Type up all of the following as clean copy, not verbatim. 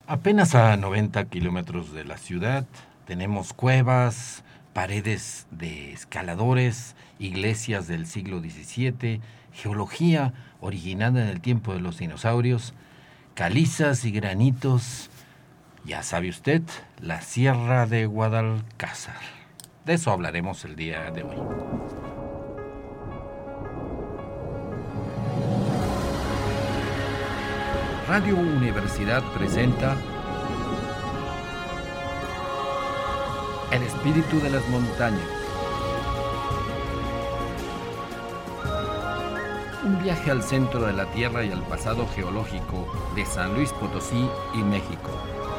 Apenas a 90 kilómetros de la ciudad tenemos cuevas, paredes de escaladores, iglesias del siglo XVII, geología originada en el tiempo de los dinosaurios, calizas y granitos. Ya sabe usted, la Sierra de Guadalcázar. De eso hablaremos el día de hoy. Radio Universidad presenta El espíritu de las montañas. Un viaje al centro de la Tierra y al pasado geológico de San Luis Potosí y México.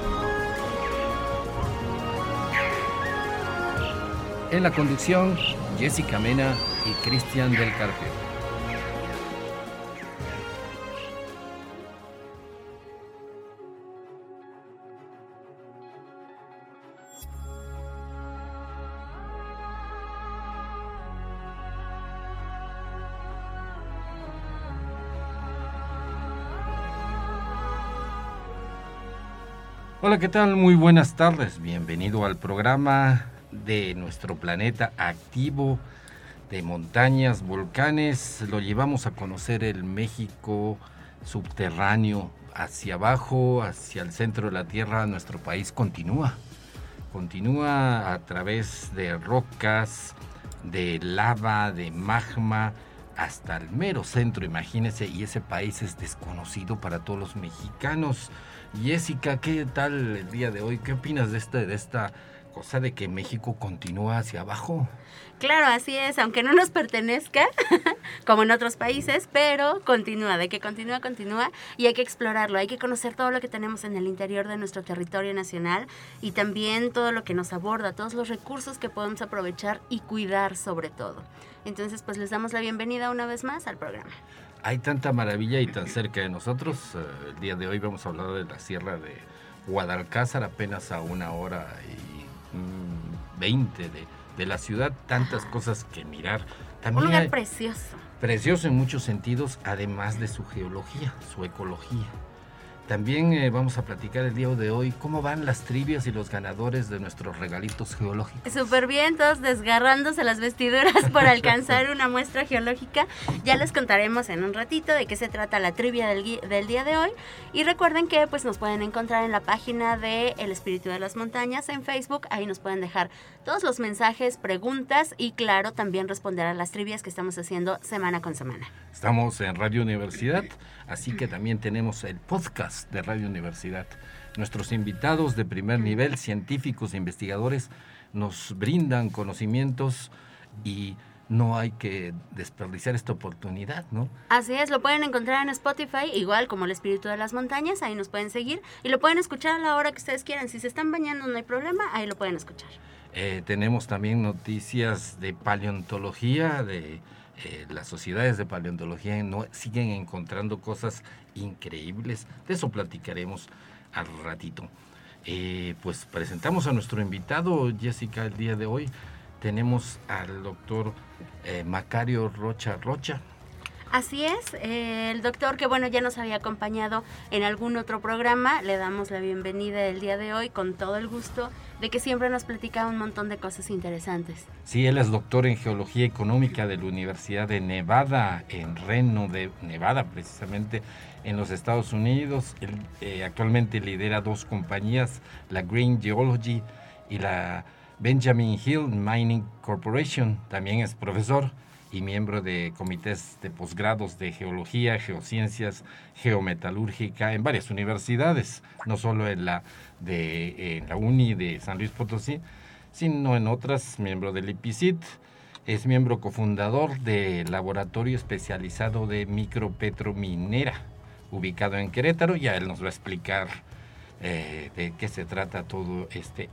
En la conducción, Jessica Mena y Cristian del Carpio. Hola, ¿qué tal? Muy buenas tardes. Bienvenido al programa de nuestro planeta activo de montañas, volcanes. Lo llevamos a conocer el México subterráneo hacia abajo, hacia el centro de la Tierra. Nuestro país continúa a través de rocas, de lava, de magma, hasta el mero centro, imagínese, y ese país es desconocido para todos los mexicanos. Jessica, ¿qué tal el día de hoy? ¿Qué opinas de esta cosa de que México continúa hacia abajo? Claro, así es, aunque no nos pertenezca, como en otros países, pero continúa, de que continúa, y hay que explorarlo, hay que conocer todo lo que tenemos en el interior de nuestro territorio nacional y también todo lo que nos aborda, todos los recursos que podemos aprovechar y cuidar sobre todo. Entonces, pues les damos la bienvenida una vez más al programa. Hay tanta maravilla y tan cerca de nosotros. El día de hoy vamos a hablar de la Sierra de Guadalcázar, apenas a 1:20 de la ciudad. Tantas cosas que mirar. También un lugar precioso. Precioso en muchos sentidos, además de su geología, su ecología. También vamos a platicar el día de hoy cómo van las trivias y los ganadores de nuestros regalitos geológicos. Súper bien, todos desgarrándose las vestiduras por alcanzar una muestra geológica. Ya les contaremos en un ratito de qué se trata la trivia del día de hoy. Y recuerden que pues nos pueden encontrar en la página de El Espíritu de las Montañas en Facebook. Ahí nos pueden dejar todos los mensajes, preguntas y claro, también responder a las trivias que estamos haciendo semana con semana. Estamos en Radio Universidad, así que también tenemos el podcast de Radio Universidad. Nuestros invitados de primer nivel, científicos e investigadores, nos brindan conocimientos y no hay que desperdiciar esta oportunidad, ¿no? Así es, lo pueden encontrar en Spotify, igual como El Espíritu de las Montañas, ahí nos pueden seguir y lo pueden escuchar a la hora que ustedes quieran. Si se están bañando no hay problema, ahí lo pueden escuchar. Tenemos también noticias de paleontología, de las sociedades de paleontología siguen encontrando cosas increíbles. De eso platicaremos al ratito. Pues presentamos a nuestro invitado, Jessica, el día de hoy. Tenemos al doctor Macario Rocha. Así es, el doctor que bueno ya nos había acompañado en algún otro programa, le damos la bienvenida el día de hoy con todo el gusto de que siempre nos platica un montón de cosas interesantes. Sí, él es doctor en Geología Económica de la Universidad de Nevada, en Reno, de Nevada, precisamente en los Estados Unidos. Él actualmente lidera 2 compañías, la Green Geology y la Benjamin Hill Mining Corporation. También es profesor y miembro de comités de posgrados de geología, geociencias, geometalúrgica en varias universidades, no solo en la UNI de San Luis Potosí, sino en otras, miembro del IPCIT, es miembro cofundador del laboratorio especializado de micropetrominera, ubicado en Querétaro. Ya él nos va a explicar de qué se trata todo este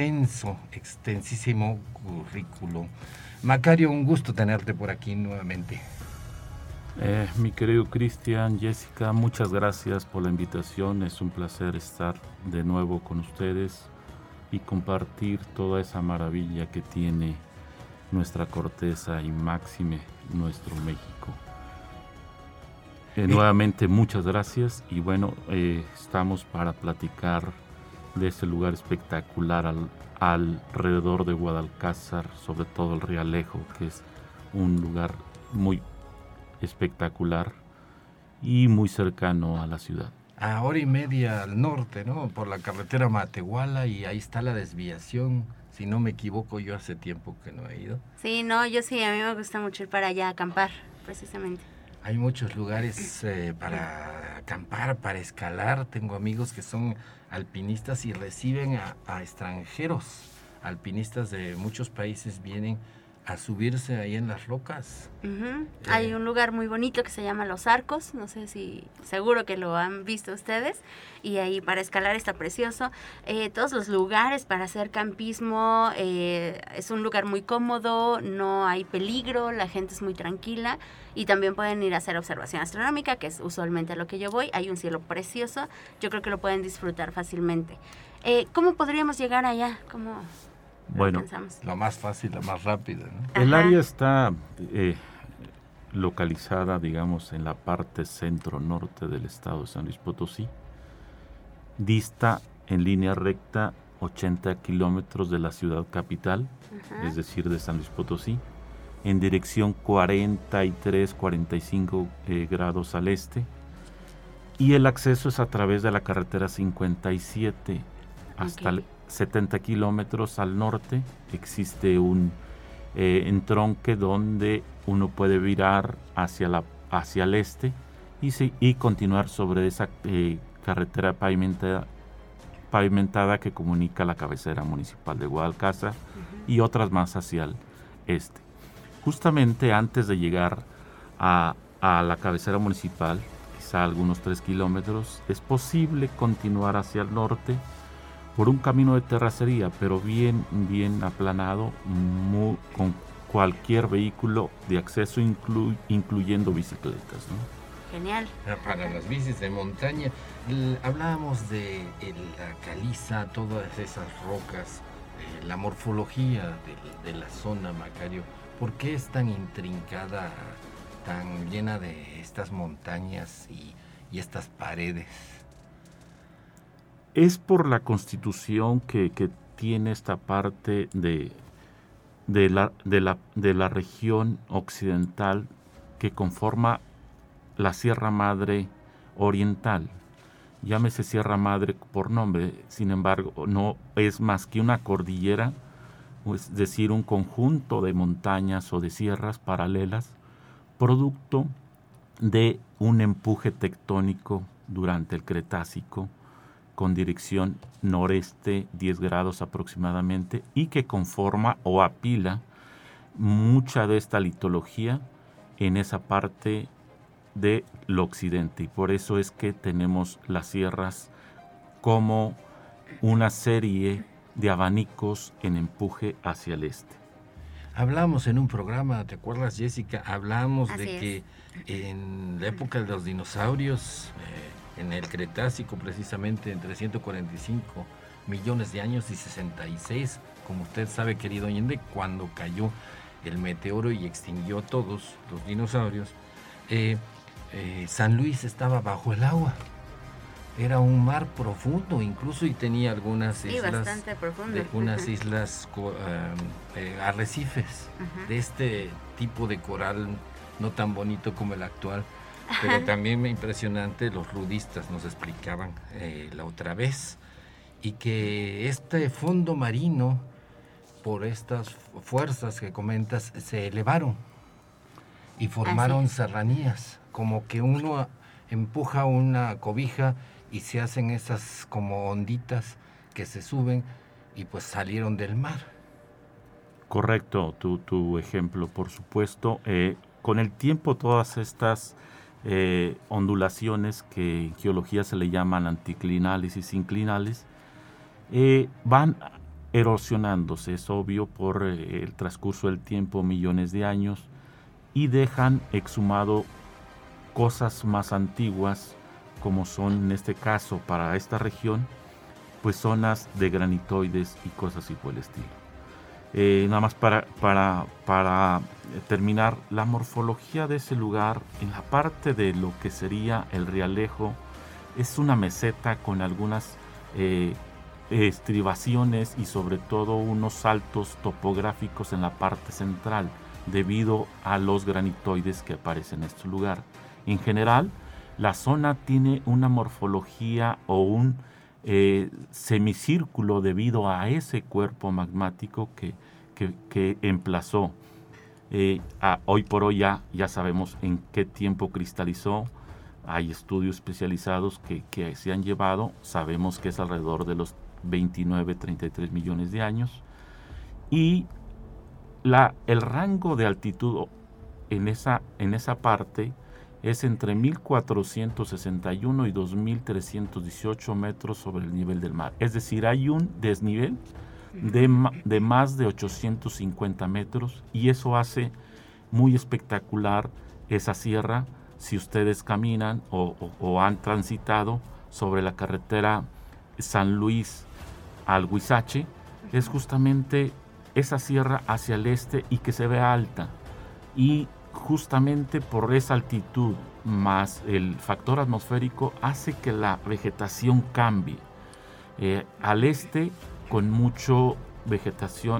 extensísimo currículo. Macario, un gusto tenerte por aquí nuevamente. Mi querido Cristian, Jessica, muchas gracias por la invitación. Es un placer estar de nuevo con ustedes y compartir toda esa maravilla que tiene nuestra corteza y máxime nuestro México. Nuevamente muchas gracias y bueno, estamos para platicar de este lugar espectacular alrededor de Guadalcázar, sobre todo el Rialejo, que es un lugar muy espectacular y muy cercano a la ciudad. A hora y media al norte, ¿no? Por la carretera Matehuala, y ahí está la desviación. Si no me equivoco, yo hace tiempo que no he ido. Sí, no, yo sí, a mí me gusta mucho ir para allá a acampar, precisamente. Hay muchos lugares para acampar, para escalar. Tengo amigos que son alpinistas y reciben a extranjeros. Alpinistas de muchos países vienen a subirse ahí en las rocas. Hay un lugar muy bonito que se llama Los Arcos, no sé si, seguro que lo han visto ustedes, y ahí para escalar está precioso. Todos los lugares para hacer campismo, es un lugar muy cómodo, no hay peligro, la gente es muy tranquila, y también pueden ir a hacer observación astronómica, que es usualmente a lo que yo voy. Hay un cielo precioso, yo creo que lo pueden disfrutar fácilmente. ¿Cómo podríamos llegar allá? ¿Cómo? Bueno, lo más fácil, lo más rápido, ¿no? El área está localizada, digamos, en la parte centro-norte del estado de San Luis Potosí. Dista en línea recta 80 kilómetros de la ciudad capital, es decir, de San Luis Potosí, en dirección 43-45 grados al este. Y el acceso es a través de la carretera 57 hasta 70 kilómetros al norte. Existe un entronque donde uno puede virar hacia el este y continuar sobre esa carretera pavimentada que comunica la cabecera municipal de Guadalcázar y otras más hacia el este. Justamente antes de llegar a la cabecera municipal, quizá algunos 3 kilómetros, es posible continuar hacia el norte por un camino de terracería, pero bien aplanado, con cualquier vehículo de acceso, incluyendo bicicletas, ¿no? Genial. Para las bicis de montaña, hablábamos de la caliza, todas esas rocas, la morfología de la zona, Macario. ¿Por qué es tan intrincada, tan llena de estas montañas y estas paredes? Es por la constitución que tiene esta parte de la región occidental que conforma la Sierra Madre Oriental. Llámese Sierra Madre por nombre, sin embargo, no es más que una cordillera, es decir, un conjunto de montañas o de sierras paralelas, producto de un empuje tectónico durante el Cretácico, con dirección noreste 10 grados aproximadamente, y que conforma o apila mucha de esta litología en esa parte del occidente, y por eso es que tenemos las sierras como una serie de abanicos en empuje hacia el este. Hablamos en un programa, ¿te acuerdas, Jessica? Hablamos Así de es. que en la época de los dinosaurios, en el Cretácico precisamente, entre 145 millones de años y 66, como usted sabe, querido oyente, cuando cayó el meteoro y extinguió todos los dinosaurios, San Luis estaba bajo el agua. Era un mar profundo incluso, y tenía algunas islas, bastante profundo. unas islas arrecifes de este tipo de coral, no tan bonito como el actual, pero también impresionante. Los rudistas nos explicaban la otra vez, y que este fondo marino, por estas fuerzas que comentas, se elevaron y formaron serranías, como que uno empuja una cobija y se hacen esas como onditas que se suben y pues salieron del mar. Correcto, tu ejemplo, por supuesto. Con el tiempo todas estas ondulaciones, que en geología se le llaman anticlinales y sinclinales, van erosionándose, es obvio, por el transcurso del tiempo, millones de años, y dejan exhumado cosas más antiguas, como son en este caso para esta región, pues zonas de granitoides y cosas así por el estilo. Nada más para terminar, la morfología de ese lugar, en la parte de lo que sería el Realejo, es una meseta con algunas estribaciones y sobre todo unos saltos topográficos en la parte central, debido a los granitoides que aparecen en este lugar. En general, la zona tiene una morfología o un semicírculo debido a ese cuerpo magmático que emplazó. Hoy por hoy ya sabemos en qué tiempo cristalizó. Hay estudios especializados que se han llevado. Sabemos que es alrededor de los 29-33 millones de años. Y el rango de altitud en esa parte es entre 1461 y 2318 metros sobre el nivel del mar. Es decir, hay un desnivel de más de 850 metros y eso hace muy espectacular esa sierra. Si ustedes caminan o han transitado sobre la carretera San Luis al Huizache, es justamente esa sierra hacia el este y que se ve alta, y justamente por esa altitud más el factor atmosférico hace que la vegetación cambie. Al este con mucho vegetación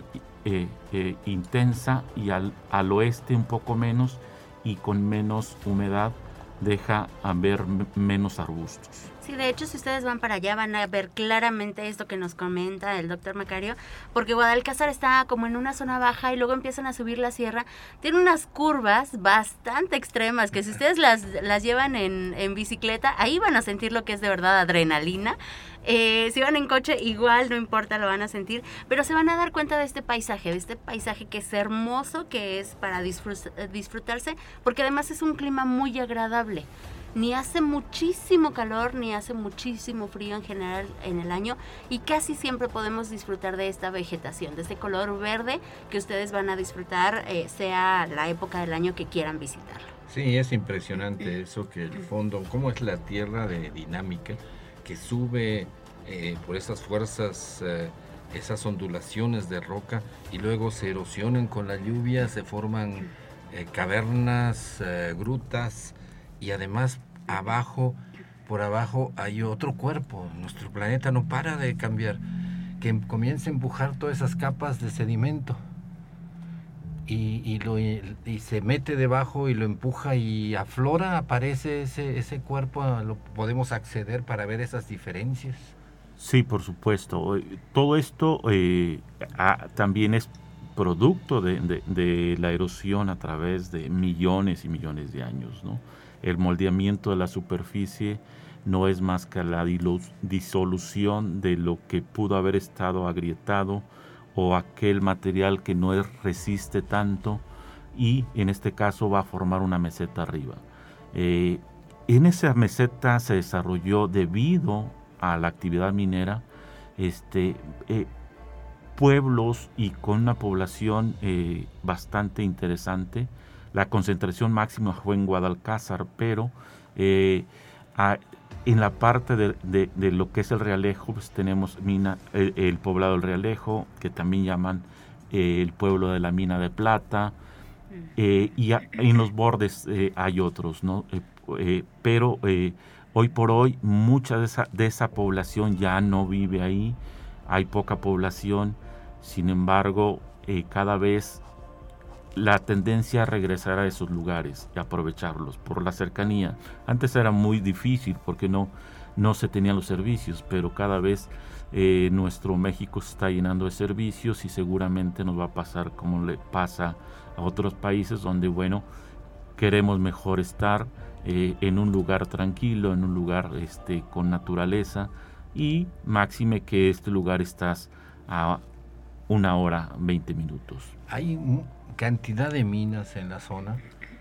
intensa y al oeste un poco menos y con menos humedad, deja ver menos arbustos. Sí, de hecho, si ustedes van para allá van a ver claramente esto que nos comenta el doctor Macario, porque Guadalcázar está como en una zona baja y luego empiezan a subir la sierra. Tiene unas curvas bastante extremas que si ustedes las llevan en bicicleta, ahí van a sentir lo que es de verdad adrenalina. Si van en coche, igual, no importa, lo van a sentir, pero se van a dar cuenta de este paisaje que es hermoso, que es para disfrutarse, porque además es un clima muy agradable. Ni hace muchísimo calor, ni hace muchísimo frío en general en el año, y casi siempre podemos disfrutar de esta vegetación, de este color verde que ustedes van a disfrutar, sea la época del año que quieran visitarlo. Sí, es impresionante eso, que el fondo, cómo es la tierra de dinámica, que sube por esas fuerzas, esas ondulaciones de roca, y luego se erosionan con la lluvia, se forman cavernas, grutas, y además por abajo hay otro cuerpo. Nuestro planeta no para de cambiar, que comienza a empujar todas esas capas de sedimento y se mete debajo y lo empuja y aflora, aparece ese cuerpo, lo podemos acceder para ver esas diferencias. Sí, por supuesto. Todo esto también es producto de la erosión a través de millones y millones de años, ¿no? El moldeamiento de la superficie no es más que la disolución de lo que pudo haber estado agrietado o aquel material que no resiste tanto, y en este caso va a formar una meseta arriba. En esa meseta se desarrolló, debido a la actividad minera, pueblos y con una población bastante interesante. La concentración máxima fue en Guadalcázar, pero en la parte de lo que es el Realejo, pues tenemos el poblado del Realejo, que también llaman el pueblo de la mina de plata, y en los bordes hay otros, ¿no? Pero hoy por hoy mucha de esa población ya no vive ahí, hay poca población. Sin embargo, cada vez la tendencia a regresar a esos lugares y aprovecharlos por la cercanía. Antes era muy difícil porque no se tenían los servicios, pero cada vez nuestro México se está llenando de servicios y seguramente nos va a pasar como le pasa a otros países donde, bueno, queremos mejor estar en un lugar tranquilo, en un lugar con naturaleza, y máxime que este lugar estás a 1 hora 20 minutos. Hay cantidad de minas en la zona,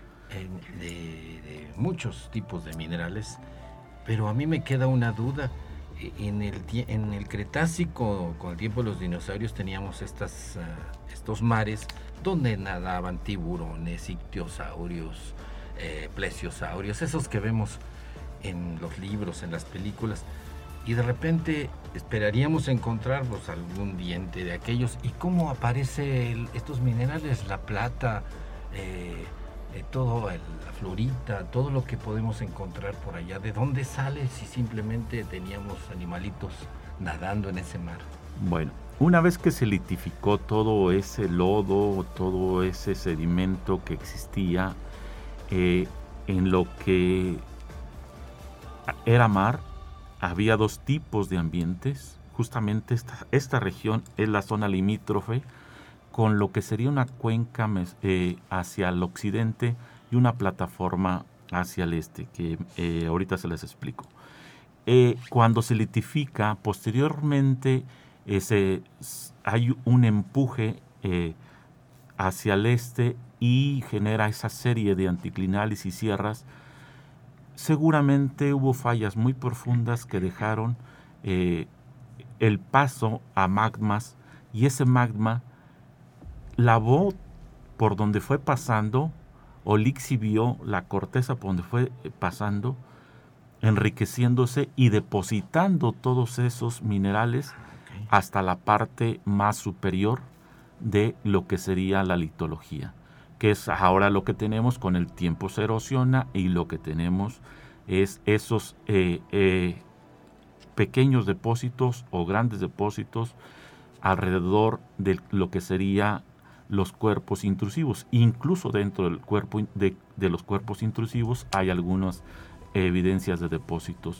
de muchos tipos de minerales, pero a mí me queda una duda. En el Cretácico, con el tiempo de los dinosaurios, teníamos estos mares donde nadaban tiburones, ictiosaurios, plesiosaurios, esos que vemos en los libros, en las películas. y de repente esperaríamos encontrar pues, algún diente de aquellos. ¿Y cómo aparecen estos minerales? La plata, la florita, todo lo que podemos encontrar por allá. ¿De dónde sale si simplemente teníamos animalitos nadando en ese mar? Bueno, una vez que se litificó todo ese lodo, todo ese sedimento que existía en lo que era mar, había dos tipos de ambientes. Justamente esta región es la zona limítrofe con lo que sería una cuenca hacia el occidente y una plataforma hacia el este, que ahorita se les explico. Cuando se litifica, posteriormente hay un empuje hacia el este y genera esa serie de anticlinales y sierras. Seguramente hubo fallas muy profundas que dejaron el paso a magmas, y ese magma lavó por donde fue pasando o lixivió la corteza por donde fue pasando, enriqueciéndose y depositando todos esos minerales hasta la parte más superior de lo que sería la litología, que es ahora lo que tenemos. Con el tiempo se erosiona y lo que tenemos es esos pequeños depósitos o grandes depósitos alrededor de lo que sería los cuerpos intrusivos. Incluso dentro del cuerpo de los cuerpos intrusivos hay algunas evidencias de depósitos.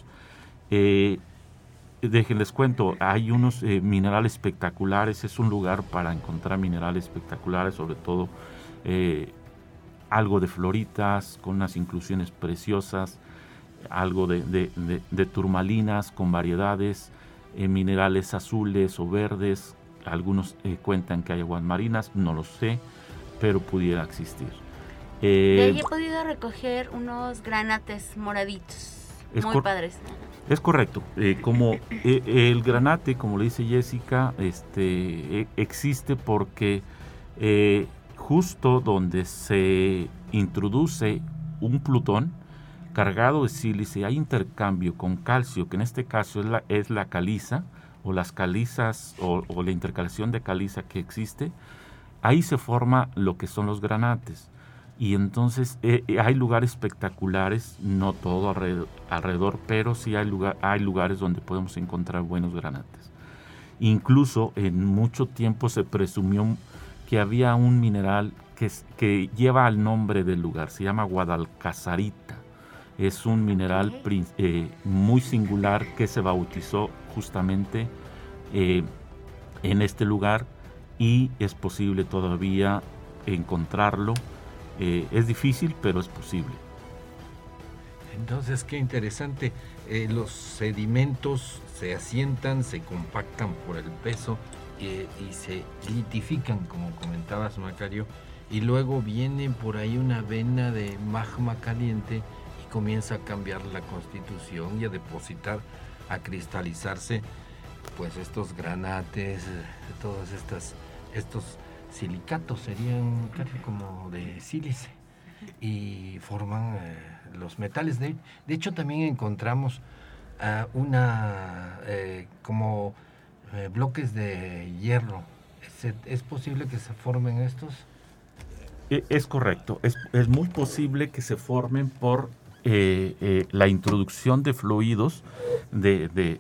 Déjenles cuento, hay unos minerales espectaculares. Es un lugar para encontrar minerales espectaculares, sobre todo algo de floritas con unas inclusiones preciosas, algo de turmalinas con variedades, minerales azules o verdes. Algunos cuentan que hay aguas marinas, no lo sé, pero pudiera existir. De ahí he podido recoger unos granates moraditos, muy padres. Es correcto. Como el granate, como le dice Jessica, existe porque justo donde se introduce un plutón cargado de sílice, hay intercambio con calcio, que en este caso es la caliza, o las calizas, o la intercalación de caliza que existe. Ahí se forma lo que son los granates. Y entonces hay lugares espectaculares, no todo alrededor, pero sí hay lugares donde podemos encontrar buenos granates. Incluso en mucho tiempo se presumió que había un mineral que lleva el nombre del lugar, se llama guadalcazarita. Es un mineral muy singular que se bautizó justamente en este lugar, y es posible todavía encontrarlo. Es difícil, pero es posible. Entonces, qué interesante. Los sedimentos se asientan, se compactan por el peso y se litifican, como comentabas, Macario, y luego viene por ahí una vena de magma caliente y comienza a cambiar la constitución y a depositar, a cristalizarse, pues estos granates, todos estos silicatos, serían casi como de sílice, y forman los metales. De hecho, también encontramos como bloques de hierro. ¿Es posible que se formen estos? Es correcto. Es muy posible que se formen por la introducción de fluidos de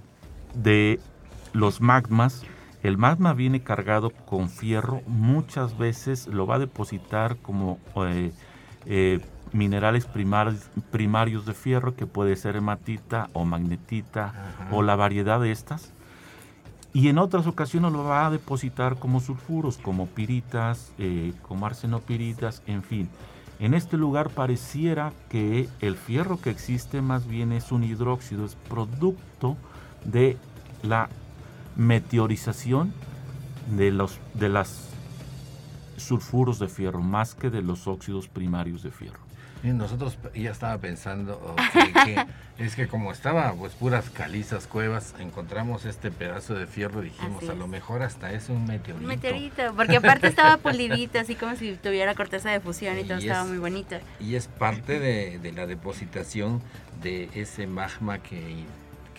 los magmas. El magma viene cargado con fierro, muchas veces lo va a depositar como minerales primarios de fierro, que puede ser hematita o magnetita. Ajá. O la variedad de estas. Y en otras ocasiones lo va a depositar como sulfuros, como piritas, como arsenopiritas, en fin. En este lugar pareciera que el fierro que existe más bien es un hidróxido, es producto de la meteorización de las sulfuros de fierro, más que de los óxidos primarios de fierro. Nosotros ya estaba pensando que como estaba pues puras calizas, cuevas, encontramos este pedazo de fierro, dijimos a lo mejor hasta es un meteorito. Un meteorito, porque aparte estaba pulidito, así como si tuviera corteza de fusión y todo estaba muy bonito. Y es parte de la depositación de ese magma que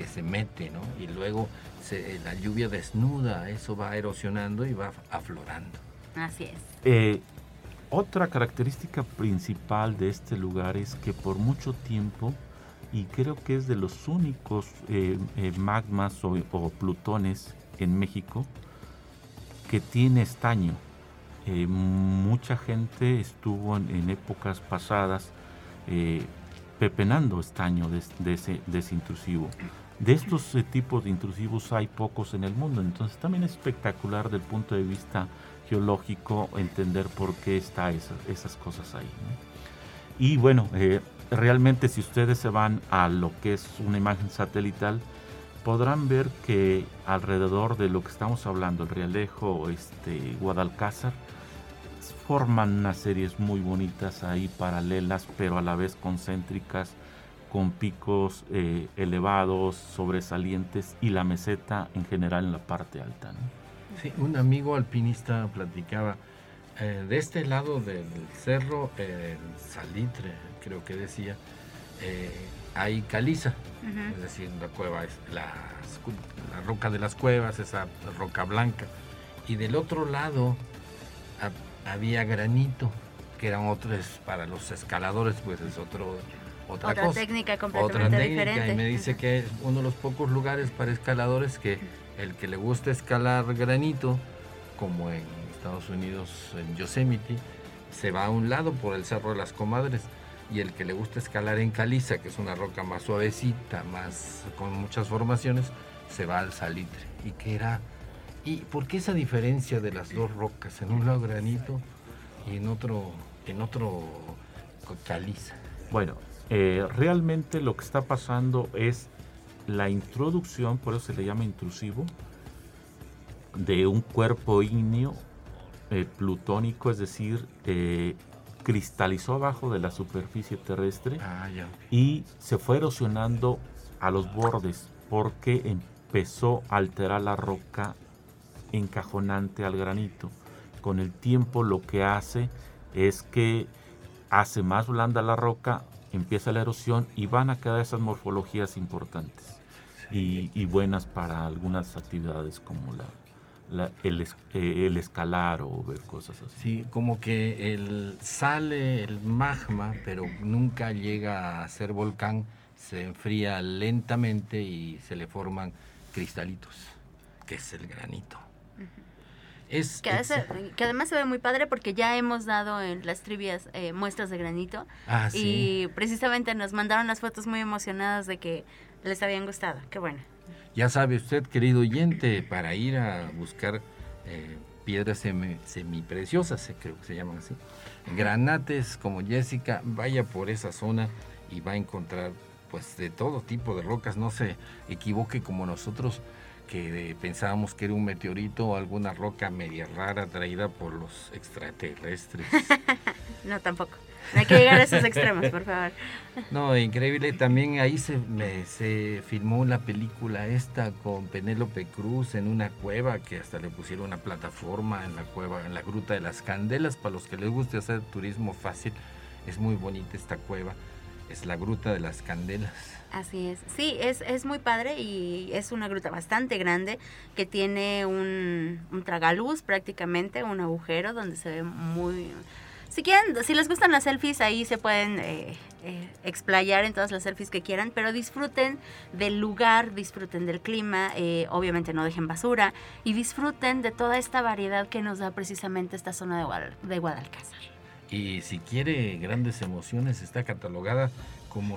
que se mete, ¿no? Y luego la lluvia desnuda, eso va erosionando y va aflorando. Así es. Otra característica principal de este lugar es que por mucho tiempo, y creo que es de los únicos magmas o plutones en México que tiene estaño. Mucha gente estuvo en épocas pasadas pepenando estaño de ese intrusivo. De estos tipos de intrusivos hay pocos en el mundo, entonces también es espectacular del punto de vista geológico entender por qué está esas cosas ahí, ¿no? Y bueno, realmente si ustedes se van a lo que es una imagen satelital, podrán ver que alrededor de lo que estamos hablando, el Rialejo, Guadalcázar, forman unas series muy bonitas ahí paralelas, pero a la vez concéntricas, con picos elevados, sobresalientes, y la meseta en general en la parte alta, ¿no? Sí, un amigo alpinista platicaba, de este lado del cerro, el Salitre, creo que decía, hay caliza, es decir, la cueva es la roca de las cuevas, esa roca blanca, y del otro lado había granito, que eran otros, para los escaladores, pues es otra cosa. Técnica completamente diferente. Y me dice que es uno de los pocos lugares para escaladores que el que le gusta escalar granito, como en Estados Unidos, en Yosemite, se va a un lado por el Cerro de las Comadres, y el que le gusta escalar en caliza, que es una roca más suavecita, más con muchas formaciones, se va al Salitre. ¿Y por qué esa diferencia de las dos rocas? En un lado granito y en otro caliza. Bueno, realmente lo que está pasando es la introducción, por eso se le llama intrusivo, de un cuerpo ígneo plutónico, es decir, cristalizó abajo de la superficie terrestre y se fue erosionando a los bordes porque empezó a alterar la roca encajonante al granito. Con el tiempo lo que hace es que hace más blanda la roca, empieza la erosión y van a quedar esas morfologías importantes y buenas para algunas actividades como el escalar o ver cosas así. Sí, como que sale el magma, pero nunca llega a ser volcán, se enfría lentamente y se le forman cristalitos, que es el granito. Que además se ve muy padre porque ya hemos dado en las trivias muestras de granito y precisamente nos mandaron las fotos muy emocionadas de que les habían gustado. Qué bueno. Ya sabe usted, querido oyente, para ir a buscar piedras semipreciosas, creo que se llaman así, granates como Jessica, vaya por esa zona y va a encontrar pues de todo tipo de rocas. No se equivoque como nosotros, que pensábamos que era un meteorito o alguna roca media rara traída por los extraterrestres. No, tampoco. No hay que llegar a esos extremos, por favor. No, increíble. También ahí se filmó la película esta con Penélope Cruz en una cueva, que hasta le pusieron una plataforma en la cueva, en la Gruta de las Candelas. Para los que les guste hacer turismo fácil, es muy bonita esta cueva. Es la Gruta de las Candelas. Así es. Sí, es muy padre y es una gruta bastante grande que tiene un tragaluz prácticamente, un agujero donde se ve muy... Si les gustan las selfies, ahí se pueden explayar en todas las selfies que quieran, pero disfruten del lugar, disfruten del clima, obviamente no dejen basura y disfruten de toda esta variedad que nos da precisamente esta zona de Guadalcázar. Y si quiere grandes emociones, está catalogada como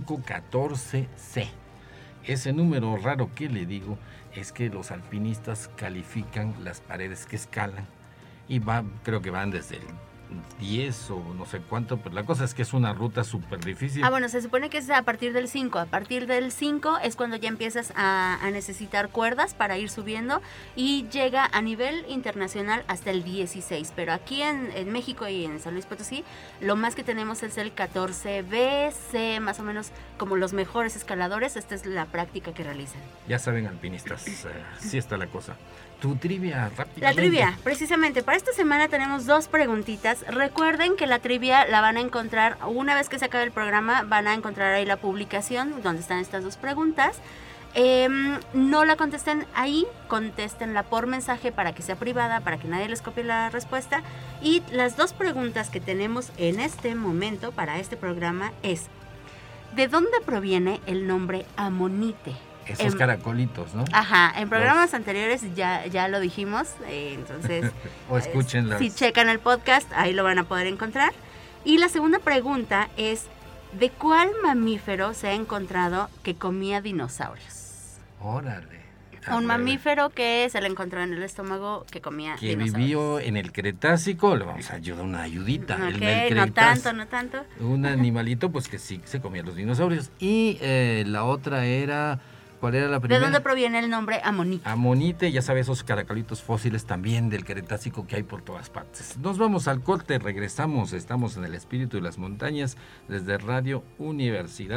514C. Ese número raro que le digo es que los alpinistas califican las paredes que escalan y creo que van desde el 10 o no sé cuánto, pero la cosa es que es una ruta súper difícil. Bueno, se supone que es a partir del 5. A partir del 5 es cuando ya empiezas a necesitar cuerdas para ir subiendo y llega a nivel internacional hasta el 16. Pero aquí en México y en San Luis Potosí, lo más que tenemos es el 14B, C, más o menos como los mejores escaladores. Esta es la práctica que realizan. Ya saben, alpinistas, sí está la cosa. Tu trivia, rápidamente. La trivia, precisamente. Para esta semana tenemos 2 preguntitas. Recuerden que la trivia la van a encontrar, una vez que se acabe el programa, van a encontrar ahí la publicación donde están estas 2 preguntas. No la contesten ahí, contéstenla por mensaje para que sea privada, para que nadie les copie la respuesta. Y las 2 preguntas que tenemos en este momento para este programa es: ¿de dónde proviene el nombre amonite? Esos caracolitos, ¿no? Ajá, en programas anteriores ya lo dijimos, entonces o escúchenlas. Si checan el podcast, ahí lo van a poder encontrar. Y la segunda pregunta es: ¿de cuál mamífero se ha encontrado que comía dinosaurios? Órale. Un mamífero que se le encontró en el estómago que comía que dinosaurios. Vivió en el Cretácico, le vamos a ayudar una ayudita. Ok, no tanto. Un animalito pues que sí se comía los dinosaurios. Y la otra era, ¿cuál era la primera? ¿De dónde proviene el nombre amonite? Amonite, ya sabes, esos caracolitos fósiles también del Cretácico que hay por todas partes. Nos vamos al corte, regresamos, estamos en el espíritu de las montañas desde Radio Universidad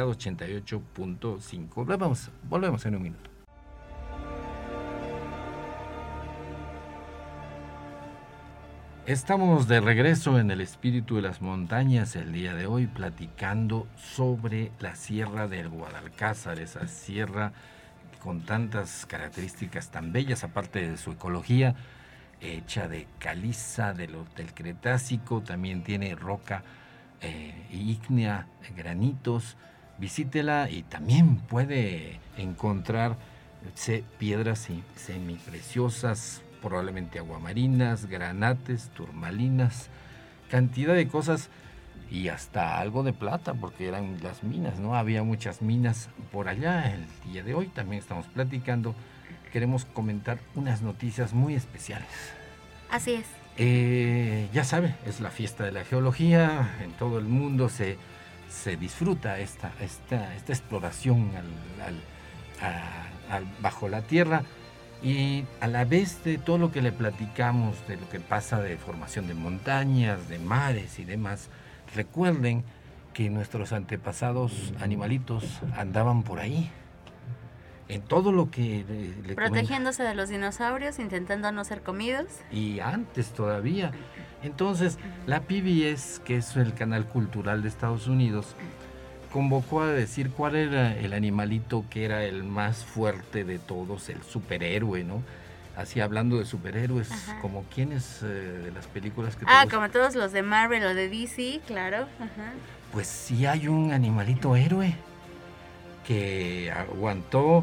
88.5. Volvemos en un minuto. Estamos de regreso en el espíritu de las montañas el día de hoy platicando sobre la Sierra del Guadalcázar, esa sierra con tantas características tan bellas, aparte de su ecología, hecha de caliza del Cretácico, también tiene roca ígnea, granitos. Visítela y también puede encontrar piedras semipreciosas, probablemente aguamarinas, granates, turmalinas, cantidad de cosas y hasta algo de plata, porque eran las minas, ¿no? Había muchas minas por allá. El día de hoy también estamos platicando, queremos comentar unas noticias muy especiales. Así es. Ya sabe, es la fiesta de la geología, en todo el mundo se disfruta esta exploración bajo la tierra. Y a la vez de todo lo que le platicamos, de lo que pasa de formación de montañas, de mares y demás, recuerden que nuestros antepasados animalitos andaban por ahí, en todo lo que le protegiéndose de los dinosaurios, intentando no ser comidos. Y antes todavía. Entonces, la PBS, que es el canal cultural de Estados Unidos, convocó a decir cuál era el animalito que era el más fuerte de todos, el superhéroe, ¿no? Así hablando de superhéroes, ajá, como quiénes de las películas que como todos los de Marvel o de DC, claro. Ajá. Pues sí hay un animalito héroe que aguantó,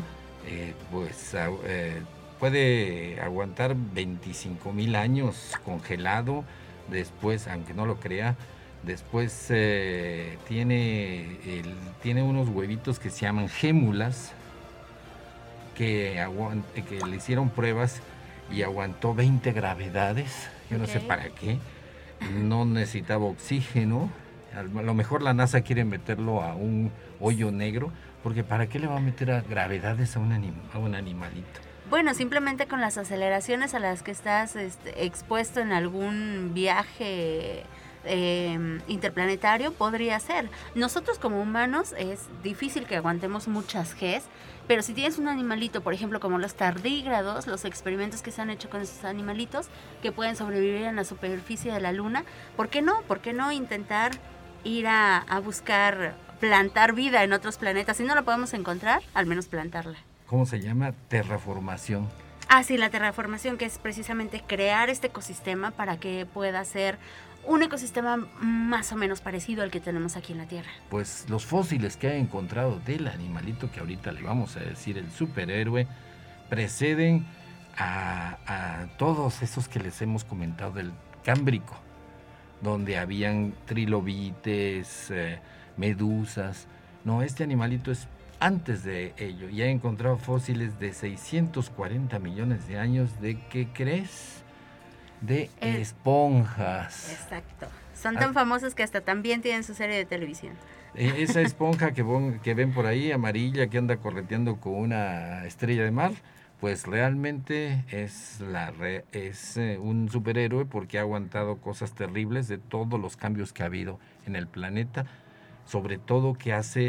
puede aguantar 25,000 años congelado, después, aunque no lo crea. Después tiene unos huevitos que se llaman gémulas, que le hicieron pruebas y aguantó 20 gravedades. Yo no sé para qué. No necesitaba oxígeno. A lo mejor la NASA quiere meterlo a un hoyo negro, porque ¿para qué le va a meter a gravedades a un animalito? Bueno, simplemente con las aceleraciones a las que estás expuesto en algún viaje interplanetario podría ser. Nosotros como humanos es difícil que aguantemos muchas Gs, pero si tienes un animalito, por ejemplo como los tardígrados, los experimentos que se han hecho con esos animalitos que pueden sobrevivir en la superficie de la Luna, ¿por qué no? ¿Por qué no intentar ir a buscar plantar vida en otros planetas? Si no la podemos encontrar, al menos plantarla. ¿Cómo se llama? Terraformación. Sí, la terraformación, que es precisamente crear este ecosistema para que pueda ser un ecosistema más o menos parecido al que tenemos aquí en la Tierra. Pues los fósiles que ha encontrado del animalito que ahorita le vamos a decir el superhéroe preceden a todos esos que les hemos comentado del Cámbrico, donde habían trilobites, medusas. No, este animalito es antes de ello. Ya he encontrado fósiles de 640 millones de años de, ¿qué crees? De esponjas. Exacto. Son tan famosos que hasta también tienen su serie de televisión. Esa esponja que ven por ahí, amarilla, que anda correteando con una estrella de mar, pues realmente es un superhéroe porque ha aguantado cosas terribles de todos los cambios que ha habido en el planeta, sobre todo que hace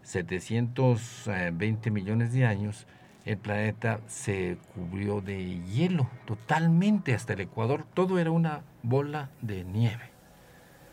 720 millones de años el planeta se cubrió de hielo totalmente hasta el Ecuador, todo era una bola de nieve.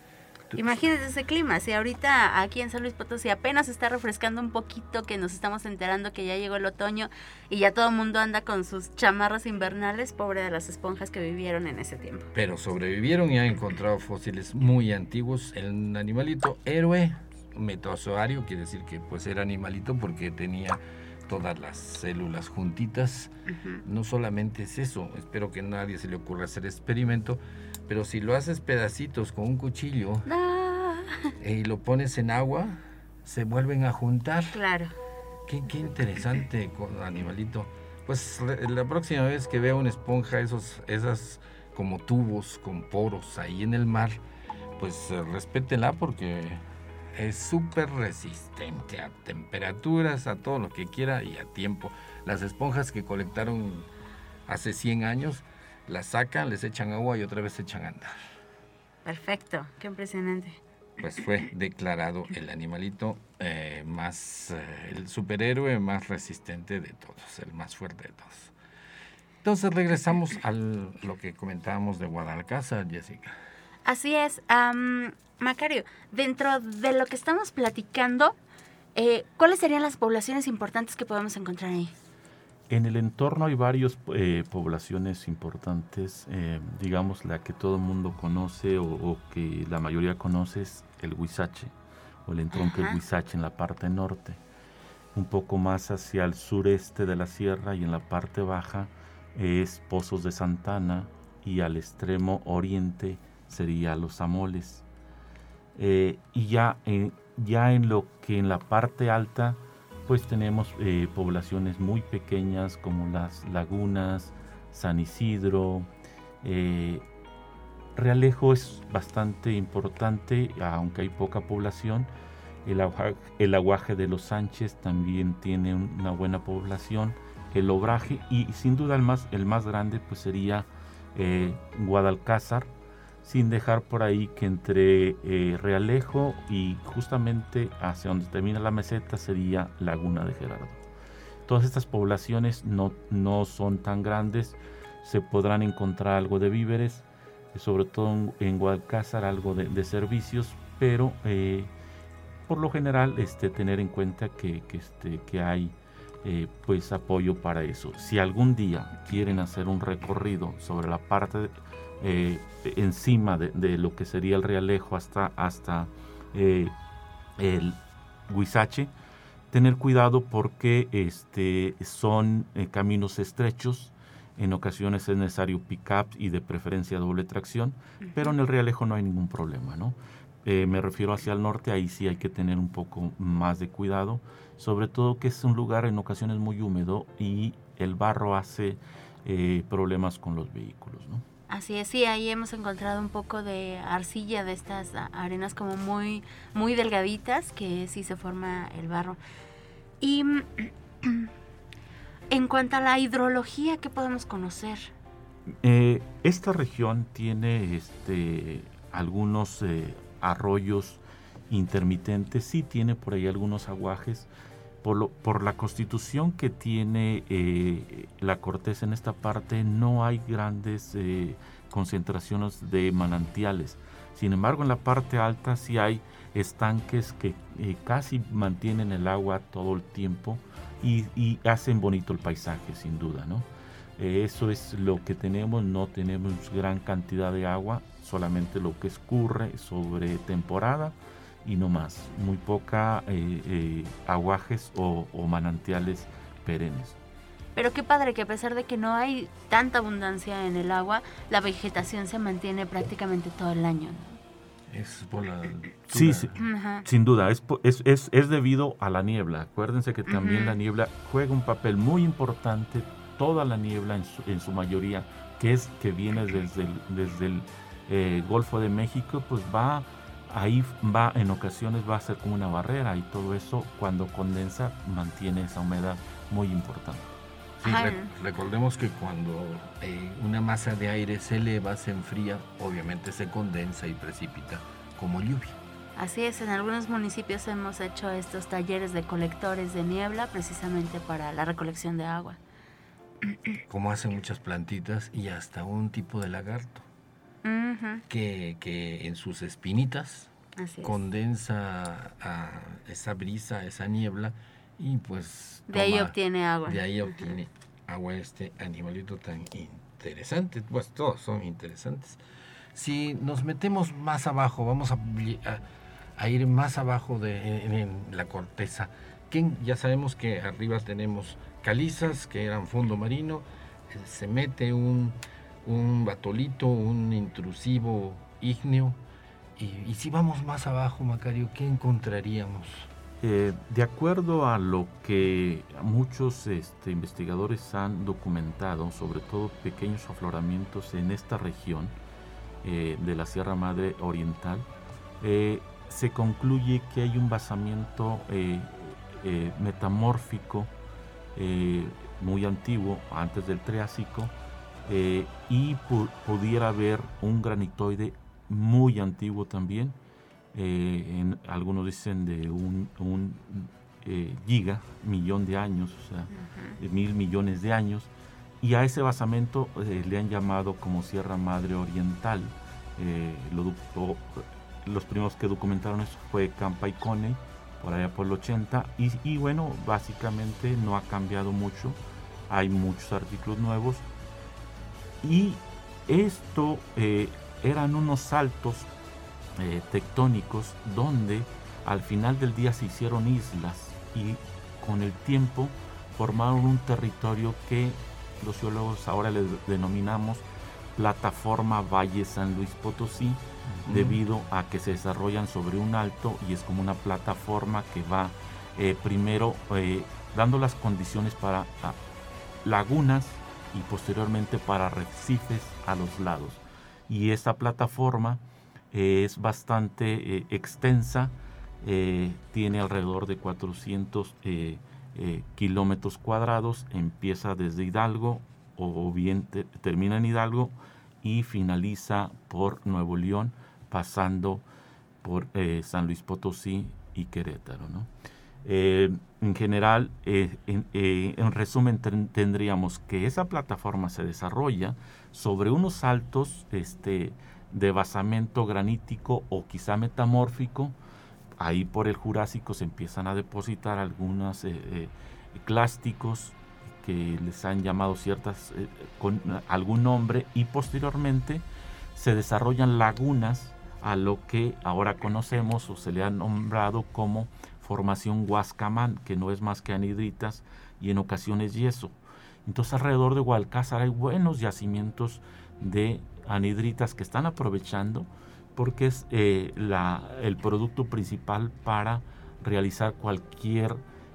Imagínense ese clima, si ahorita aquí en San Luis Potosí apenas se está refrescando un poquito, que nos estamos enterando que ya llegó el otoño y ya todo el mundo anda con sus chamarras invernales, pobre de las esponjas que vivieron en ese tiempo. Pero sobrevivieron y han encontrado fósiles muy antiguos. El animalito héroe, metazoario, quiere decir que pues era animalito porque tenía todas las células juntitas. No solamente es eso, espero que a nadie se le ocurra hacer experimento, pero si lo haces pedacitos con un cuchillo y lo pones en agua, se vuelven a juntar. Claro. Qué interesante, animalito. Pues la próxima vez que vea una esponja, esas como tubos con poros ahí en el mar, pues respétenla porque es súper resistente a temperaturas, a todo lo que quiera y a tiempo. Las esponjas que colectaron hace 100 años, las sacan, les echan agua y otra vez se echan a andar. Perfecto, qué impresionante. Pues fue declarado el animalito el superhéroe más resistente de todos, el más fuerte de todos. Entonces regresamos a lo que comentábamos de Guadalcázar, Jessica. Así es, Macario, dentro de lo que estamos platicando, ¿cuáles serían las poblaciones importantes que podemos encontrar ahí? En el entorno hay varias poblaciones importantes, digamos la que todo el mundo conoce o que la mayoría conoce es el Huizache o el entronque del Huizache en la parte norte. Un poco más hacia el sureste de la sierra y en la parte baja es Pozos de Santana y al extremo oriente sería Los Amoles. Y ya en lo que en la parte alta pues tenemos poblaciones muy pequeñas como las Lagunas, San Isidro. Realejo es bastante importante, aunque hay poca población. El Aguaje de los Sánchez también tiene una buena población. El Obraje y sin duda el más grande pues sería Guadalcázar, sin dejar por ahí que entre Realejo y justamente hacia donde termina la meseta sería Laguna de Gerardo. Todas estas poblaciones no son tan grandes, se podrán encontrar algo de víveres, sobre todo en Guadalcázar algo de servicios, pero por lo general tener en cuenta que hay pues apoyo para eso. Si algún día quieren hacer un recorrido sobre la parte encima de lo que sería el Realejo hasta el Huizache, tener cuidado porque son caminos estrechos. En ocasiones es necesario pick-up y de preferencia doble tracción, pero en el Realejo no hay ningún problema, ¿no? Me refiero hacia el norte, ahí sí hay que tener un poco más de cuidado, sobre todo que es un lugar en ocasiones muy húmedo y el barro hace problemas con los vehículos, ¿no? Así es, sí, ahí hemos encontrado un poco de arcilla, de estas arenas como muy, muy delgaditas, que sí se forma el barro. Y en cuanto a la hidrología, ¿qué podemos conocer? Esta región tiene algunos arroyos intermitentes, sí tiene por ahí algunos aguajes. Por la constitución que tiene la corteza en esta parte, no hay grandes concentraciones de manantiales. Sin embargo, en la parte alta sí hay estanques que casi mantienen el agua todo el tiempo y hacen bonito el paisaje, sin duda, ¿no? Eso es lo que tenemos, no tenemos gran cantidad de agua, solamente lo que escurre sobre temporada y no más, muy poca aguajes o manantiales perennes. Pero qué padre que a pesar de que no hay tanta abundancia en el agua, la vegetación se mantiene prácticamente todo el año, ¿no? Es por la altura. Sí, sin duda, es debido a la niebla. Acuérdense que también la niebla juega un papel muy importante, toda la niebla en su mayoría, que viene desde el Golfo de México, pues ahí va, en ocasiones va a ser como una barrera y todo eso cuando condensa mantiene esa humedad muy importante. Sí, recordemos que cuando una masa de aire se eleva, se enfría, obviamente se condensa y precipita como lluvia. Así es, en algunos municipios hemos hecho estos talleres de colectores de niebla precisamente para la recolección de agua. Como hacen muchas plantitas y hasta un tipo de lagarto. Que en sus espinitas condensa esa brisa, esa niebla, y pues de ahí obtiene agua. De ahí obtiene agua este animalito tan interesante. Pues todos son interesantes. Si nos metemos más abajo, vamos a ir más abajo en la corteza. Ya sabemos que arriba tenemos calizas, que eran fondo marino. Se mete un batolito, un intrusivo ígneo. Y si vamos más abajo, Macario, ¿qué encontraríamos? De acuerdo a lo que muchos investigadores han documentado, sobre todo pequeños afloramientos en esta región de la Sierra Madre Oriental, se concluye que hay un basamiento metamórfico muy antiguo, antes del Triásico, y pudiera haber un granitoide muy antiguo también, algunos dicen de un millón de años, o sea, 1,000 millones de años, y a ese basamento le han llamado como Sierra Madre Oriental. Los primeros que documentaron eso fue Campa y Coney, por allá por el 80, y bueno, básicamente no ha cambiado mucho, hay muchos artículos nuevos, y esto eran unos saltos tectónicos donde al final del día se hicieron islas y con el tiempo formaron un territorio que los geólogos ahora le denominamos plataforma Valle San Luis Potosí, debido a que se desarrollan sobre un alto y es como una plataforma que va primero dando las condiciones para lagunas y posteriormente para arrecifes a los lados. Y esta plataforma es bastante extensa, tiene alrededor de 400 kilómetros cuadrados, empieza desde Hidalgo o bien termina en Hidalgo y finaliza por Nuevo León, pasando por San Luis Potosí y Querétaro, ¿no? En general, en resumen, tendríamos que esa plataforma se desarrolla sobre unos altos de basamento granítico o quizá metamórfico. Ahí por el Jurásico se empiezan a depositar algunos clásticos que les han llamado ciertas con algún nombre, y posteriormente se desarrollan lagunas a lo que ahora conocemos o se le ha nombrado como formación Huascamán, que no es más que anhidritas y en ocasiones yeso. Entonces alrededor de Gualcázar hay buenos yacimientos de anhidritas que están aprovechando, porque es el producto principal para realizar cualquier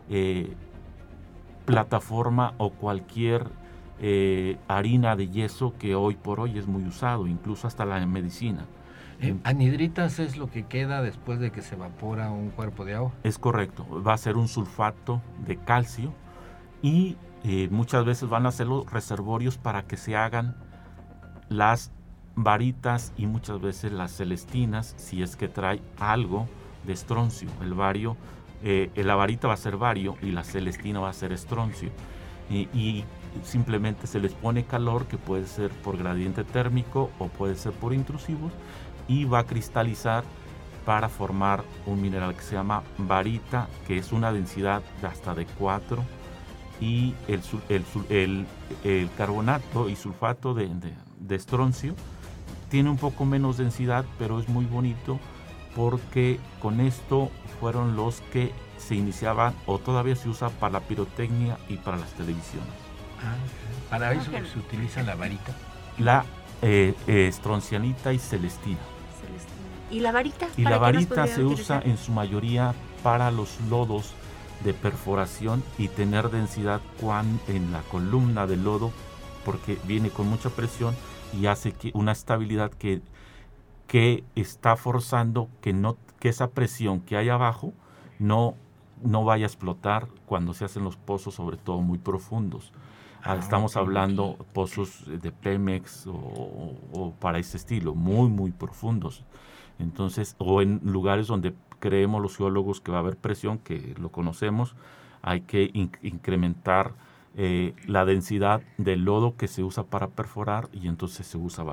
plataforma o cualquier harina de yeso que hoy por hoy es muy usado, incluso hasta la medicina. ¿Anhidritas es lo que queda después de que se evapora un cuerpo de agua? Es correcto, va a ser un sulfato de calcio y muchas veces van a ser los reservorios para que se hagan las varitas y muchas veces las celestinas, si es que trae algo de estroncio. El bario, la varita va a ser bario y la celestina va a ser estroncio, y simplemente se les pone calor, que puede ser por gradiente térmico o puede ser por intrusivos, y va a cristalizar para formar un mineral que se llama varita, que es una densidad de hasta de 4, y el carbonato y sulfato de estroncio tiene un poco menos densidad, pero es muy bonito porque con esto fueron los que se iniciaban o todavía se usa para la pirotecnia y para las televisiones. Para eso se utiliza la varita. La estroncianita y celestina. ¿Y la varita? Y la varita se usa en su mayoría para los lodos de perforación y tener densidad en la columna del lodo, porque viene con mucha presión y hace que una estabilidad que está forzando que esa presión que hay abajo no vaya a explotar cuando se hacen los pozos, sobre todo muy profundos. Estamos hablando pozos de Pemex o para ese estilo, muy, muy profundos. Entonces, o en lugares donde creemos los geólogos que va a haber presión, que lo conocemos, hay que incrementar la densidad del lodo que se usa para perforar, y entonces se usa varita.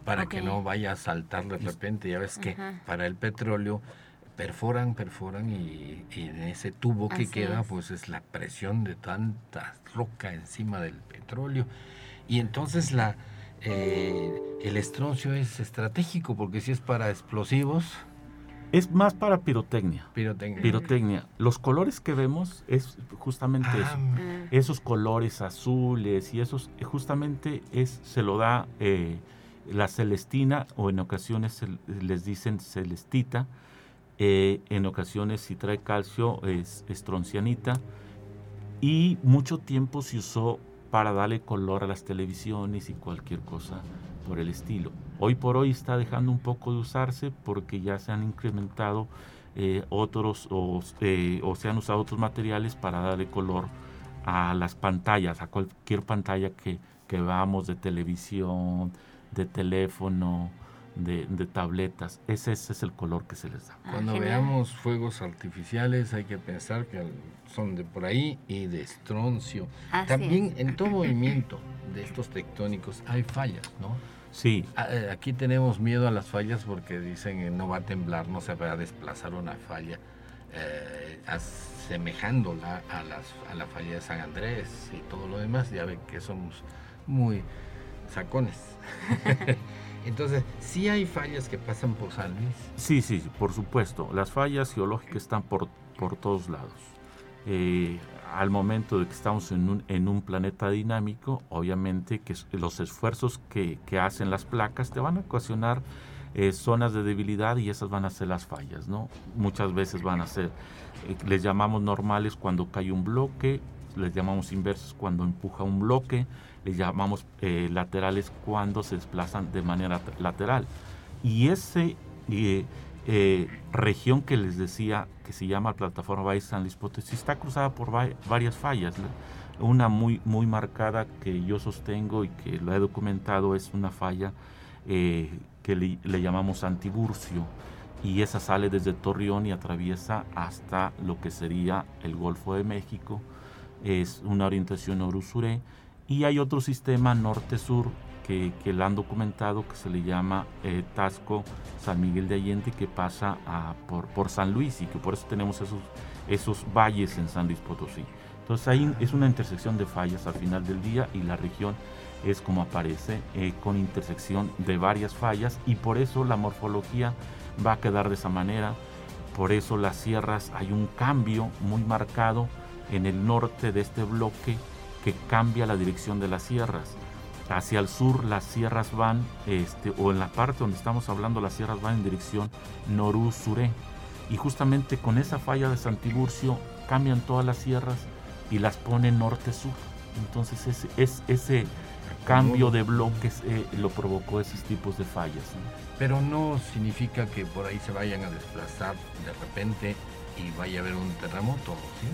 para que no vaya a saltar de repente. Ya ves que para el petróleo perforan y en ese tubo que queda, pues es la presión de tanta roca encima del petróleo. Y entonces el estroncio es estratégico, porque si es para explosivos... Es más para pirotecnia. Pirotecnia. Los colores que vemos es justamente eso. Esos colores azules y esos justamente se lo da la celestina, o en ocasiones les dicen celestita. En ocasiones, si trae calcio, es estroncianita. Y mucho tiempo se usó para darle color a las televisiones y cualquier cosa por el estilo. Hoy por hoy está dejando un poco de usarse porque ya se han incrementado otros o se han usado otros materiales para darle color a las pantallas, a cualquier pantalla que veamos, de televisión, de teléfono, de tabletas. Ese es el color que se les da. Cuando veamos fuegos artificiales hay que pensar que son de por ahí y de estroncio. También en todo movimiento de estos tectónicos hay fallas, ¿no? Sí. Aquí tenemos miedo a las fallas porque dicen que no va a temblar, no se va a desplazar una falla, asemejándola a la falla de San Andrés y todo lo demás. Ya ven que somos muy sacones. Entonces, ¿sí hay fallas que pasan por San Luis? Sí, por supuesto. Las fallas geológicas están por todos lados. Al momento de que estamos en un planeta dinámico, obviamente que los esfuerzos que hacen las placas te van a ocasionar zonas de debilidad, y esas van a ser las fallas, ¿no? Muchas veces van a ser, les llamamos normales cuando cae un bloque, les llamamos inversos cuando empuja un bloque, les llamamos laterales cuando se desplazan de manera lateral. Y ese región que les decía, que se llama plataforma Valle San Luis Potosí, está cruzada por varias fallas. Una muy marcada que yo sostengo y que lo he documentado es una falla que le llamamos Santiburcio, y esa sale desde Torreón y atraviesa hasta lo que sería el Golfo de México. Es una orientación norte-sur, y hay otro sistema norte-sur que la han documentado, que se le llama Tasco San Miguel de Allende, que pasa por San Luis, y que por eso tenemos esos valles en San Luis Potosí. Entonces ahí es una intersección de fallas al final del día, y la región es como aparece, con intersección de varias fallas, y por eso la morfología va a quedar de esa manera. Por eso las sierras, hay un cambio muy marcado en el norte de este bloque que cambia la dirección de las sierras. Hacia el sur las sierras van, o en la parte donde estamos hablando, las sierras van en dirección norú-suré, y justamente con esa falla de Santiburcio cambian todas las sierras y las ponen norte-sur. Entonces ese cambio de bloques lo provocó esos tipos de fallas, ¿no? Pero no significa que por ahí se vayan a desplazar de repente y vaya a haber un terremoto, ¿sí?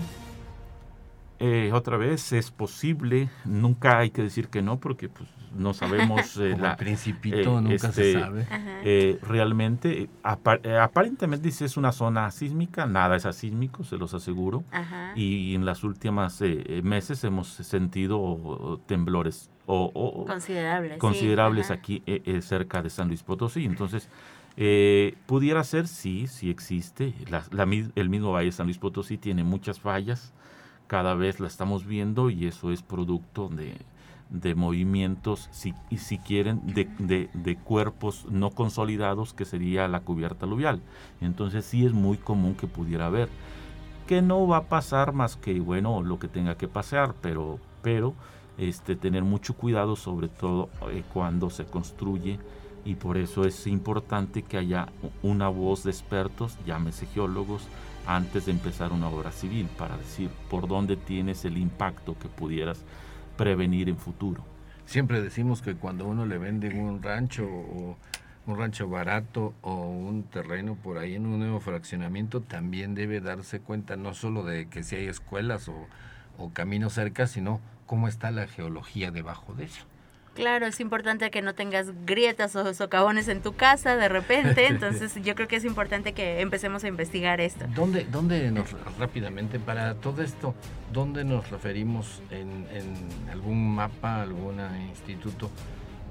Otra vez es posible, nunca hay que decir que no, porque pues no sabemos. Como el Principito, nunca se sabe. Realmente, aparentemente dice es una zona sísmica, nada es asísmico, se los aseguro. Y en las últimas meses hemos sentido temblores considerables aquí cerca de San Luis Potosí. Entonces, pudiera ser, sí existe. El mismo Valle de San Luis Potosí tiene muchas fallas. Cada vez la estamos viendo, y eso es producto de movimientos, si quieren, de cuerpos no consolidados, que sería la cubierta aluvial. Entonces sí es muy común que pudiera haber, que no va a pasar más que, bueno, lo que tenga que pasar, pero tener mucho cuidado, sobre todo cuando se construye, y por eso es importante que haya una voz de expertos, llámese geólogos, antes de empezar una obra civil, para decir por dónde tienes el impacto que pudieras prevenir en futuro. Siempre decimos que cuando uno le venden un rancho, o un rancho barato, o un terreno por ahí en un nuevo fraccionamiento, también debe darse cuenta no solo de que si hay escuelas o caminos cerca, sino cómo está la geología debajo de eso. Claro, es importante que no tengas grietas o socavones en tu casa de repente, entonces yo creo que es importante que empecemos a investigar esto. ¿Dónde rápidamente, para todo esto, dónde nos referimos en algún mapa, algún instituto,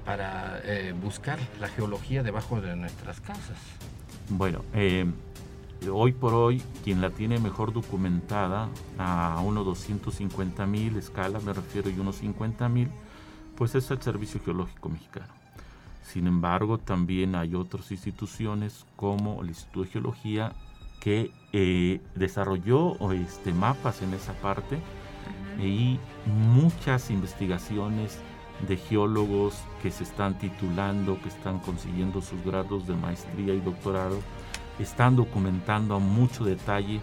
buscar la geología debajo de nuestras casas? Bueno, hoy por hoy, quien la tiene mejor documentada a unos 250,000 escala, me refiero, y unos 50,000, pues es el Servicio Geológico Mexicano. Sin embargo, también hay otras instituciones como el Instituto de Geología que desarrolló mapas en esa parte, y muchas investigaciones de geólogos que se están titulando, que están consiguiendo sus grados de maestría y doctorado, están documentando a mucho detalle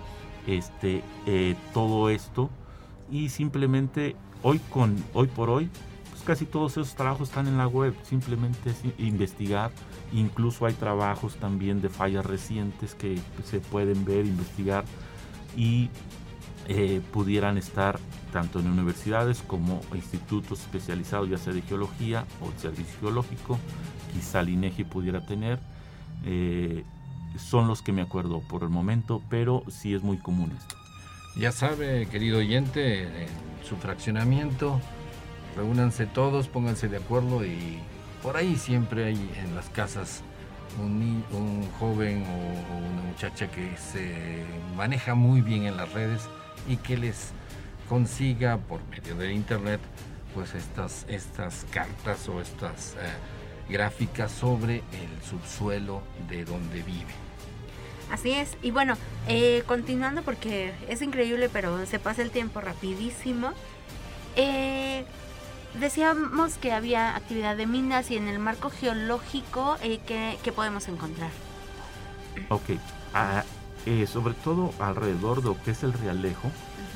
todo esto, y simplemente hoy por hoy pues casi todos esos trabajos están en la web. Simplemente es investigar. Incluso hay trabajos también de fallas recientes que se pueden ver, investigar, y pudieran estar tanto en universidades como institutos especializados, ya sea de geología o de servicio geológico. Quizá el INEGI pudiera tener. Son los que me acuerdo por el momento, pero sí es muy común esto. Ya sabe, querido oyente, en su fraccionamiento, reúnanse todos, pónganse de acuerdo, y por ahí siempre hay en las casas un joven o una muchacha que se maneja muy bien en las redes y que les consiga por medio de internet pues estas cartas o estas gráficas sobre el subsuelo de donde vive. Así es. Y bueno, continuando, porque es increíble, pero se pasa el tiempo rapidísimo. Decíamos que había actividad de minas, y en el marco geológico, ¿qué podemos encontrar? Ok. Sobre todo alrededor de lo que es el Realejo,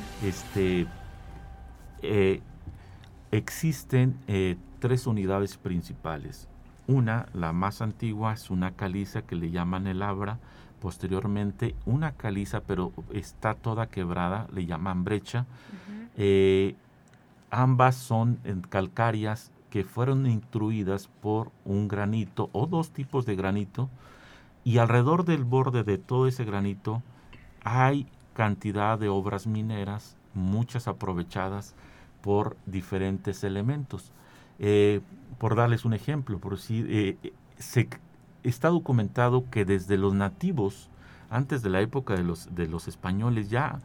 existen 3 unidades principales. Una, la más antigua, es una caliza que le llaman el Abra. Posteriormente, una caliza, pero está toda quebrada, le llaman brecha. Ambas son calcáreas que fueron intruidas por un granito o 2 tipos de granito, y alrededor del borde de todo ese granito hay cantidad de obras mineras, muchas aprovechadas por diferentes elementos. Por darles un ejemplo, está documentado que desde los nativos, antes de la época de los españoles, ya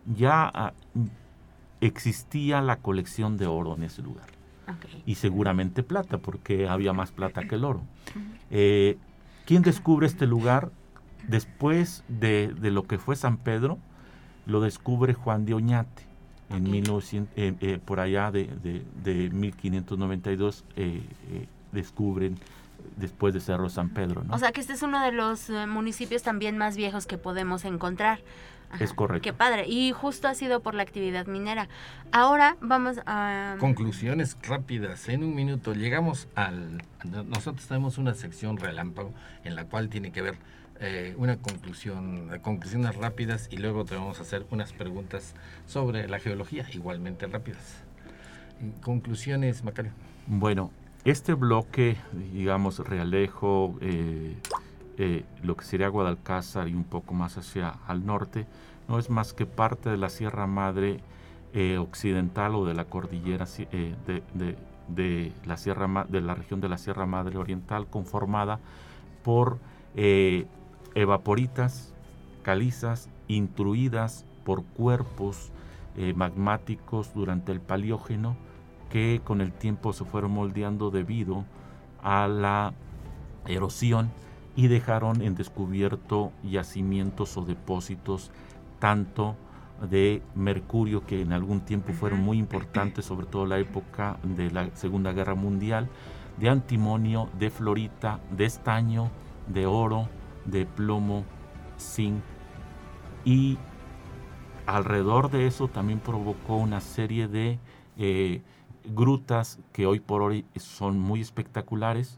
existía la colección de oro en ese lugar. Okay. Y seguramente plata, porque había más plata que el oro. ¿Quién descubre este lugar? Después de lo que fue San Pedro, lo descubre Juan de Oñate. En 1900, por allá de 1592, descubren, después de Cerro San Pedro, ¿no? O sea que este es uno de los municipios también más viejos que podemos encontrar. Ajá, es correcto. Qué padre. Y justo ha sido por la actividad minera. Ahora vamos a... Conclusiones rápidas. En un minuto llegamos nosotros tenemos una sección relámpago en la cual tiene que ver conclusiones rápidas, y luego te vamos a hacer unas preguntas sobre la geología, igualmente rápidas. Conclusiones, Macario. Bueno, este bloque, digamos, Realejo, lo que sería Guadalcázar y un poco más hacia al norte, no es más que parte de la Sierra Madre occidental, o de la cordillera de la región de la Sierra Madre Oriental, conformada por evaporitas, calizas, intruidas por cuerpos magmáticos durante el Paleógeno, que con el tiempo se fueron moldeando debido a la erosión, y dejaron en descubierto yacimientos o depósitos tanto de mercurio, que en algún tiempo fueron muy importantes, sobre todo en la época de la Segunda Guerra Mundial, de antimonio, de fluorita, de estaño, de oro, de plomo, zinc, y alrededor de eso también provocó una serie de grutas que hoy por hoy son muy espectaculares.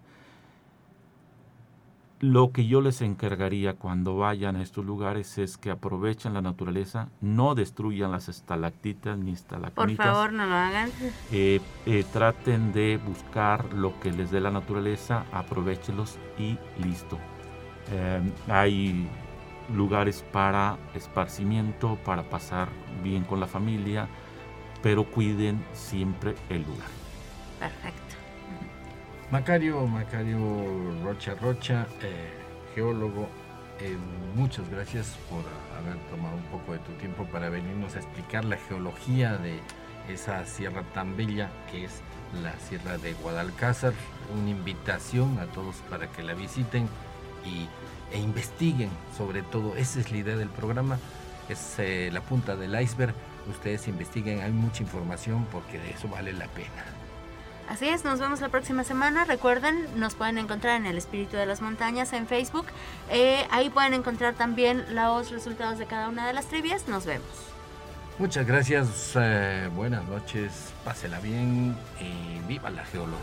Lo que yo les encargaría cuando vayan a estos lugares es que aprovechen la naturaleza, no destruyan las estalactitas ni estalagmitas. Por favor, no lo hagan. Traten de buscar lo que les dé la naturaleza, aprovéchenlos y listo. Hay lugares para esparcimiento, para pasar bien con la familia, pero cuiden siempre el lugar. Perfecto. Macario Rocha, geólogo, muchas gracias por haber tomado un poco de tu tiempo para venirnos a explicar la geología de esa sierra tan bella que es la Sierra de Guadalcázar. Una invitación a todos para que la visiten e investiguen, sobre todo. Esa es la idea del programa, es la punta del iceberg. Ustedes investiguen, hay mucha información porque de eso vale la pena. Así es, nos vemos la próxima semana. Recuerden, nos pueden encontrar en El Espíritu de las Montañas en Facebook. Ahí pueden encontrar también los resultados de cada una de las trivias. Nos vemos. Muchas gracias, buenas noches, pásela bien y viva la geología.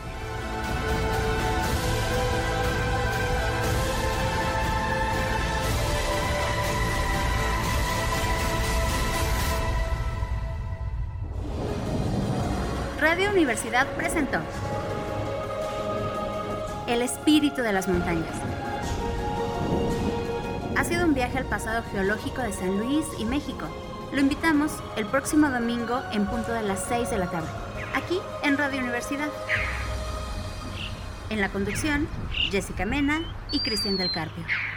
Radio Universidad presentó El Espíritu de las Montañas. Ha sido un viaje al pasado geológico de San Luis y México. Lo invitamos el próximo domingo en punto de las 6 de la tarde, aquí en Radio Universidad. En la conducción, Jessica Mena y Cristian del Carpio.